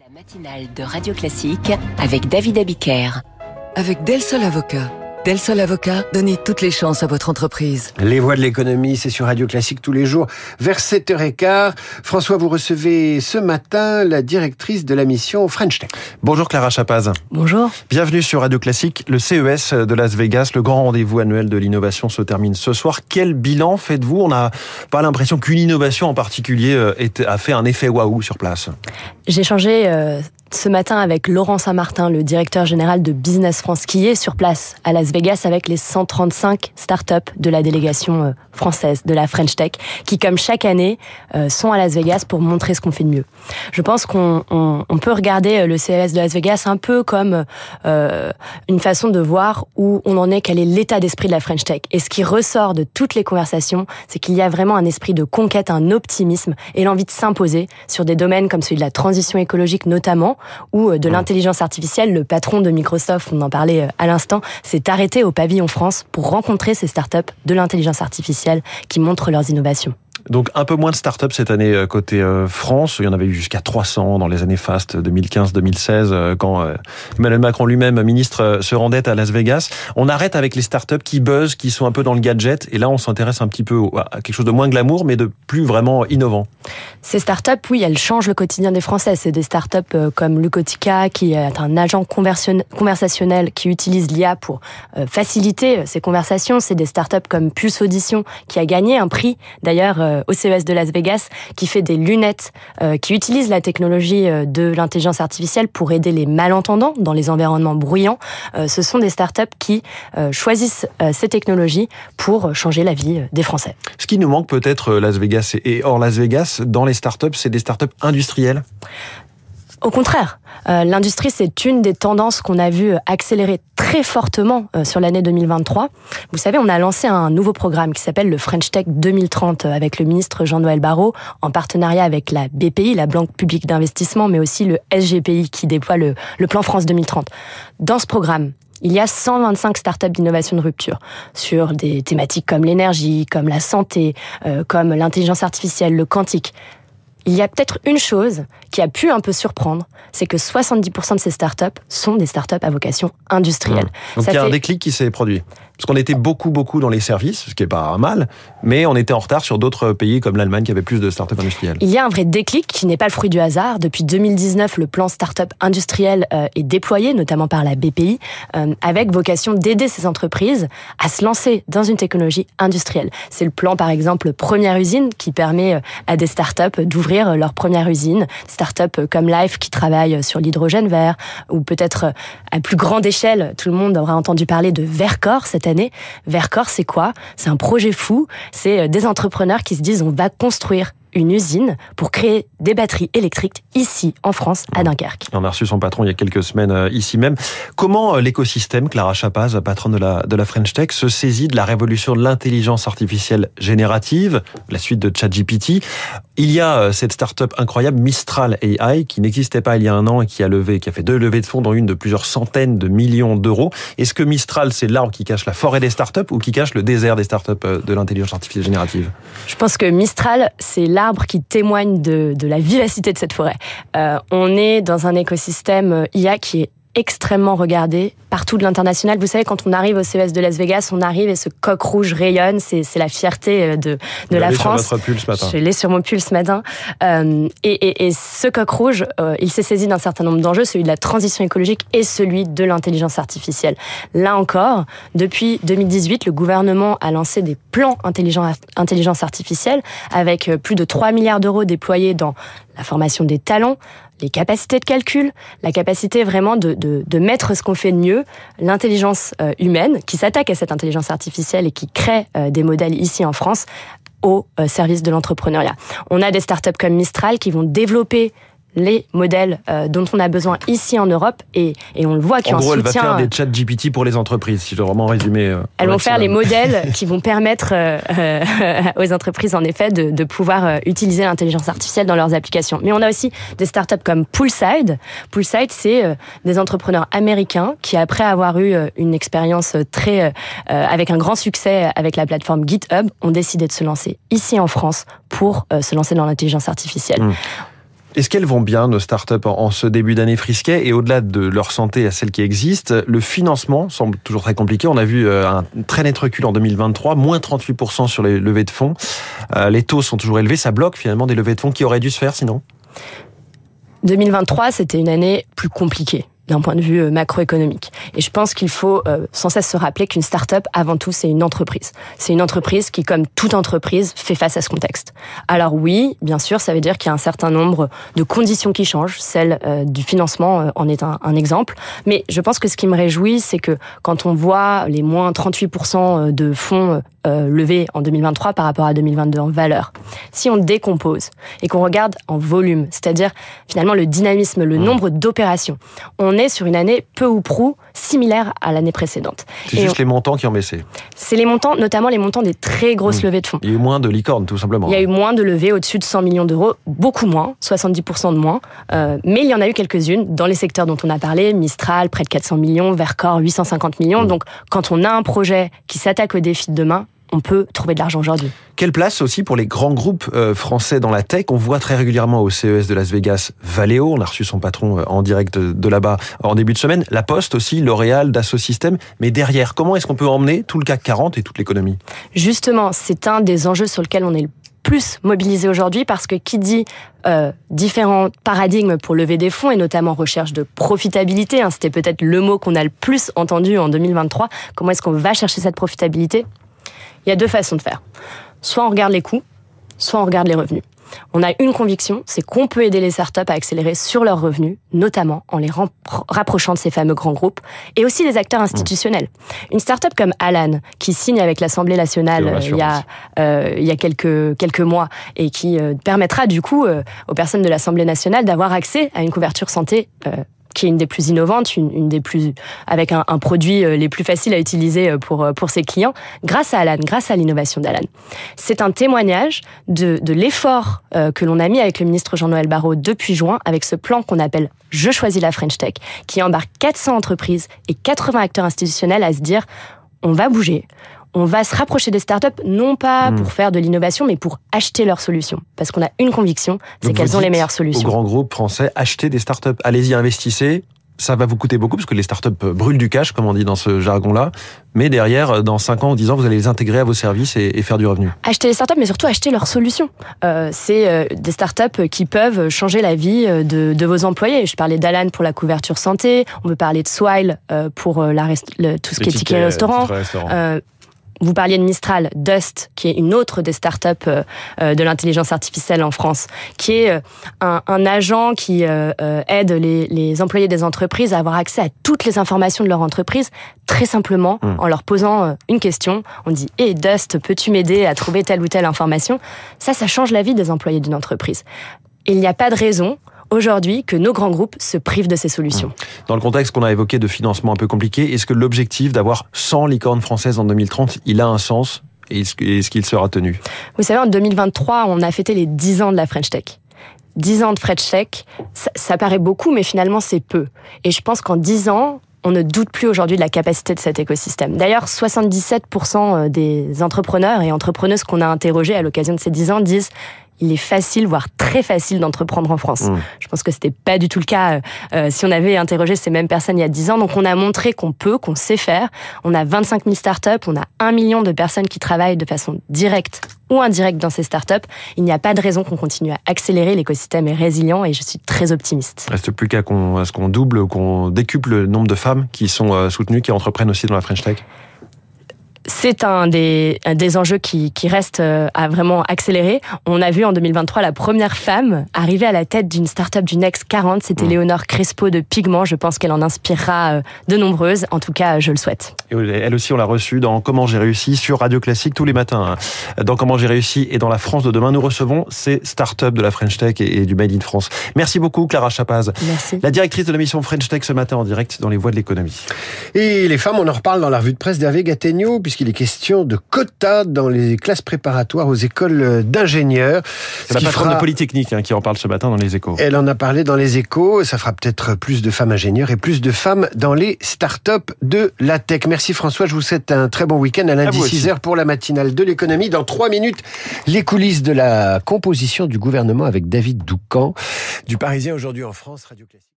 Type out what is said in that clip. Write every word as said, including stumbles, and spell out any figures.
La matinale de Radio Classique avec David Abiker. Avec Del Sol Avocat. Del Sol Avocat, donnez toutes les chances à votre entreprise. Les voix de l'économie, c'est sur Radio Classique tous les jours, vers sept heures quinze. François, vous recevez ce matin la directrice de la mission French Tech. Bonjour Clara Chapaz. Bonjour. Bienvenue sur Radio Classique. Le C E S de Las Vegas, le grand rendez-vous annuel de l'innovation, se termine ce soir. Quel bilan faites-vous ? On n'a pas l'impression qu'une innovation en particulier a fait un effet waouh sur place. J'ai changé... Euh... ce matin avec Laurent Saint-Martin, le directeur général de Business France, qui est sur place à Las Vegas avec les cent trente-cinq startups de la délégation française, de la French Tech, qui, comme chaque année, sont à Las Vegas pour montrer ce qu'on fait de mieux. Je pense qu'on on, on peut regarder le C E S de Las Vegas un peu comme euh, une façon de voir où on en est, quel est l'état d'esprit de la French Tech. Et ce qui ressort de toutes les conversations, c'est qu'il y a vraiment un esprit de conquête, un optimisme et l'envie de s'imposer sur des domaines comme celui de la transition écologique notamment, ou de l'intelligence artificielle. Le patron de Microsoft, on en parlait à l'instant, s'est arrêté au pavillon France pour rencontrer ces startups de l'intelligence artificielle qui montrent leurs innovations. Donc un peu moins de start-up cette année côté France. Il y en avait eu jusqu'à trois cents dans les années fastes deux mille quinze deux mille seize quand Emmanuel Macron lui-même, ministre, se rendait à Las Vegas. On arrête avec les start-up qui buzzent, qui sont un peu dans le gadget. Et là, on s'intéresse un petit peu à quelque chose de moins glamour, mais de plus vraiment innovant. Ces start-up, oui, elles changent le quotidien des Français. C'est des start-up comme Lucotica, qui est un agent conversationnel qui utilise l'I A pour faciliter ses conversations. C'est des start-up comme Pulse Audition, qui a gagné un prix, d'ailleurs, au C E S de Las Vegas, qui fait des lunettes, euh, qui utilise la technologie de l'intelligence artificielle pour aider les malentendants dans les environnements bruyants. Euh, ce sont des startups qui euh, choisissent euh, ces technologies pour changer la vie des Français. Ce qui nous manque peut-être Las Vegas et hors Las Vegas, dans les startups, c'est des startups industrielles ? Au contraire, euh, l'industrie, c'est une des tendances qu'on a vu accélérer très fortement euh, sur l'année deux mille vingt-trois. Vous savez, on a lancé un nouveau programme qui s'appelle le French Tech deux mille trente avec le ministre Jean-Noël Barrot, en partenariat avec la B P I, la Banque publique d'investissement, mais aussi le S G P I qui déploie le, le plan France deux mille trente. Dans ce programme, il y a cent vingt-cinq startups d'innovation de rupture sur des thématiques comme l'énergie, comme la santé, euh, comme l'intelligence artificielle, le quantique. Il y a peut-être une chose qui a pu un peu surprendre, c'est que soixante-dix pour cent de ces startups sont des startups à vocation industrielle. Mmh. Donc Ça il y a fait... un déclic qui s'est produit. Parce qu'on était beaucoup, beaucoup dans les services, ce qui n'est pas mal, mais on était en retard sur d'autres pays comme l'Allemagne qui avait plus de startups industrielles. Il y a un vrai déclic qui n'est pas le fruit du hasard. Depuis deux mille dix-neuf, le plan startup industriel euh, est déployé, notamment par la B P I, euh, avec vocation d'aider ces entreprises à se lancer dans une technologie industrielle. C'est le plan, par exemple, Première Usine, qui permet euh, à des startups d'ouvrir leur première usine. Startups comme Life qui travaillent sur l'hydrogène vert, ou peut-être euh, à plus grande échelle, tout le monde aura entendu parler de Vercor cette année. Vercor, c'est quoi ? C'est un projet fou. C'est des entrepreneurs qui se disent on va construire une usine pour créer des batteries électriques ici, en France, à Dunkerque. On a reçu son patron il y a quelques semaines ici même. Comment l'écosystème, Clara Chapaz, patronne de la, de la French Tech, se saisit de la révolution de l'intelligence artificielle générative, la suite de ChatGPT ? Il y a cette start-up incroyable, Mistral A I, qui n'existait pas il y a un an et qui a levé, qui a fait deux levées de fonds, dont une de plusieurs centaines de millions d'euros. Est-ce que Mistral, c'est l'arbre qui cache la forêt des startups ou qui cache le désert des startups de l'intelligence artificielle générative ? Je pense que Mistral, c'est l'arbre qui témoigne de, de la vivacité de cette forêt. Euh, on est dans un écosystème I A qui est extrêmement regardé partout de l'international. Vous savez, quand on arrive au C E S de Las Vegas, on arrive et ce coq rouge rayonne. C'est, c'est la fierté de, de la France. Sur votre pull ce matin. Je l'ai sur mon pull ce matin. Euh, et, et, et ce coq rouge, euh, il s'est saisi d'un certain nombre d'enjeux, celui de la transition écologique et celui de l'intelligence artificielle. Là encore, depuis deux mille dix-huit, le gouvernement a lancé des plans intelligence artificielle avec plus de trois milliards d'euros déployés dans la formation des talents, les capacités de calcul, la capacité vraiment de, de, de mettre ce qu'on fait de mieux, l'intelligence euh, humaine qui s'attaque à cette intelligence artificielle et qui crée euh, des modèles ici en France au euh, service de l'entrepreneuriat. On a des startups comme Mistral qui vont développer les modèles euh, dont on a besoin ici en Europe et, et on le voit qu'il y a un soutien. En gros, elle va faire des chat G P T pour les entreprises, si je dois vraiment résumer. Euh, Elles vont faire les modèles qui vont permettre euh, euh, aux entreprises, en effet, de, de pouvoir euh, utiliser l'intelligence artificielle dans leurs applications. Mais on a aussi des startups comme Poolside. Poolside, c'est euh, des entrepreneurs américains qui, après avoir eu euh, une expérience très, euh, avec un grand succès avec la plateforme GitHub, ont décidé de se lancer ici en France pour euh, se lancer dans l'intelligence artificielle. Mmh. Est-ce qu'elles vont bien, nos startups, en ce début d'année frisquet? Et au-delà de leur santé à celles qui existent, le financement semble toujours très compliqué. On a vu un très net recul en deux mille vingt-trois, moins trente-huit pour cent sur les levées de fonds. Les taux sont toujours élevés, ça bloque finalement des levées de fonds qui auraient dû se faire sinon? deux mille vingt-trois, c'était une année plus compliquée d'un point de vue macroéconomique. Et je pense qu'il faut euh, sans cesse se rappeler qu'une start-up, avant tout, c'est une entreprise. C'est une entreprise qui, comme toute entreprise, fait face à ce contexte. Alors oui, bien sûr, ça veut dire qu'il y a un certain nombre de conditions qui changent. Celle euh, du financement euh, en est un, un exemple. Mais je pense que ce qui me réjouit, c'est que quand on voit les moins trente-huit pour cent de fonds euh, levés en deux mille vingt-trois par rapport à deux mille vingt-deux en valeur, si on décompose et qu'on regarde en volume, c'est-à-dire finalement le dynamisme, le nombre d'opérations, on est sur une année peu ou prou similaire à l'année précédente. C'est et juste on... les montants qui ont baissé. C'est les montants, notamment les montants des très grosses mmh. levées de fonds. Il y a eu moins de licornes, tout simplement. Il y a eu moins de levées au-dessus de cent millions d'euros, beaucoup moins, soixante-dix pour cent de moins. Euh, mais il y en a eu quelques-unes dans les secteurs dont on a parlé, Mistral, près de quatre cents millions, Vercor, huit cent cinquante millions. Mmh. Donc, quand on a un projet qui s'attaque aux défis de demain, on peut trouver de l'argent aujourd'hui. Quelle place aussi pour les grands groupes euh, français dans la tech? On voit très régulièrement au C E S de Las Vegas Valeo, on a reçu son patron euh, en direct de, de là-bas en début de semaine, La Poste aussi, L'Oréal, Dassault Systèmes. Mais derrière, comment est-ce qu'on peut emmener tout le C A C quarante et toute l'économie? Justement, c'est un des enjeux sur lesquels on est le plus mobilisé aujourd'hui, parce que qui dit euh, différents paradigmes pour lever des fonds et notamment recherche de profitabilité, hein, c'était peut-être le mot qu'on a le plus entendu en deux mille vingt-trois, comment est-ce qu'on va chercher cette profitabilité? Il y a deux façons de faire. Soit on regarde les coûts, soit on regarde les revenus. On a une conviction, c'est qu'on peut aider les startups à accélérer sur leurs revenus, notamment en les rapprochant de ces fameux grands groupes, et aussi les acteurs institutionnels. Mmh. Une startup comme Alan, qui signe avec l'Assemblée nationale euh, il y a, euh, il y a quelques, quelques mois, et qui euh, permettra du coup euh, aux personnes de l'Assemblée nationale d'avoir accès à une couverture santé euh, qui est une des plus innovantes, une, une des plus, avec un, un produit les plus faciles à utiliser pour, pour ses clients, grâce à Alan, grâce à l'innovation d'Alan. C'est un témoignage de, de l'effort euh, que l'on a mis avec le ministre Jean-Noël Barrot depuis juin, avec ce plan qu'on appelle « Je choisis la French Tech », qui embarque quatre cents entreprises et quatre-vingts acteurs institutionnels à se dire « on va bouger ». On va se rapprocher des startups, non pas mmh. pour faire de l'innovation, mais pour acheter leurs solutions. Parce qu'on a une conviction, c'est qu'elles ont les meilleures solutions. Aux grands groupes français, achetez des startups. Allez-y, investissez. Ça va vous coûter beaucoup, parce que les startups brûlent du cash, comme on dit dans ce jargon-là. Mais derrière, dans cinq ans ou dix ans, vous allez les intégrer à vos services et, et faire du revenu. Acheter les startups, mais surtout acheter leurs solutions. Euh, c'est euh, des startups qui peuvent changer la vie de, de vos employés. Je parlais d'Alan pour la couverture santé. On peut parler de Swile euh, pour la rest- le, tout ce les qui est ticket restaurant. Euh, Vous parliez de Mistral, Dust, qui est une autre des startups euh, de l'intelligence artificielle en France, qui est euh, un, un agent qui euh, euh, aide les, les employés des entreprises à avoir accès à toutes les informations de leur entreprise, très simplement, mmh. en leur posant euh, une question. On dit « Hey Dust, peux-tu m'aider à trouver telle ou telle information ?» Ça, ça change la vie des employés d'une entreprise. Et il n'y a pas de raison aujourd'hui que nos grands groupes se privent de ces solutions. Dans le contexte qu'on a évoqué de financement un peu compliqué, est-ce que l'objectif d'avoir cent licornes françaises en deux mille trente, il a un sens et est-ce qu'il sera tenu? Vous savez, en deux mille vingt-trois, on a fêté les dix ans de la French Tech. dix ans de French Tech, ça, ça paraît beaucoup, mais finalement c'est peu. Et je pense qu'en dix ans, on ne doute plus aujourd'hui de la capacité de cet écosystème. D'ailleurs, soixante-dix-sept pour cent des entrepreneurs et entrepreneuses qu'on a interrogés à l'occasion de ces dix ans disent il est facile, voire très facile d'entreprendre en France. Mmh. Je pense que c'était pas du tout le cas euh, si on avait interrogé ces mêmes personnes il y a dix ans. Donc on a montré qu'on peut, qu'on sait faire. On a vingt-cinq mille startups, on a un million de personnes qui travaillent de façon directe ou indirecte dans ces startups. Il n'y a pas de raison qu'on continue à accélérer. L'écosystème est résilient et je suis très optimiste. Il reste plus qu'à qu'on, à ce qu'on double, qu'on décuple le nombre de femmes qui sont soutenues, qui entreprennent aussi dans la French Tech. C'est un des, un des enjeux qui, qui reste à vraiment accélérer. On a vu en deux mille vingt-trois la première femme arriver à la tête d'une start-up du Next quarante. C'était mmh. Léonore Crespo de Pigment. Je pense qu'elle en inspirera de nombreuses. En tout cas, je le souhaite. Et elle aussi, on l'a reçue dans Comment j'ai réussi sur Radio Classique tous les matins. Dans Comment j'ai réussi et dans la France de demain, nous recevons ces start-up de la French Tech et du Made in France. Merci beaucoup, Clara Chapaz. Merci. La directrice de la mission French Tech ce matin en direct dans les voies de l'économie. Et les femmes, on en reparle dans la revue de presse d'Hervé Gattegno, puisqu'il les questions de quotas dans les classes préparatoires aux écoles d'ingénieurs. C'est la patronne fera... de Polytechnique hein, qui en parle ce matin dans les Échos. Elle en a parlé dans les Échos. Ça fera peut-être plus de femmes ingénieurs et plus de femmes dans les start-up de la tech. Merci François, je vous souhaite un très bon week-end. À lundi six heures pour la matinale de l'économie. Dans trois minutes, les coulisses de la composition du gouvernement avec David Doucan. Du Parisien aujourd'hui en France, Radio Classique.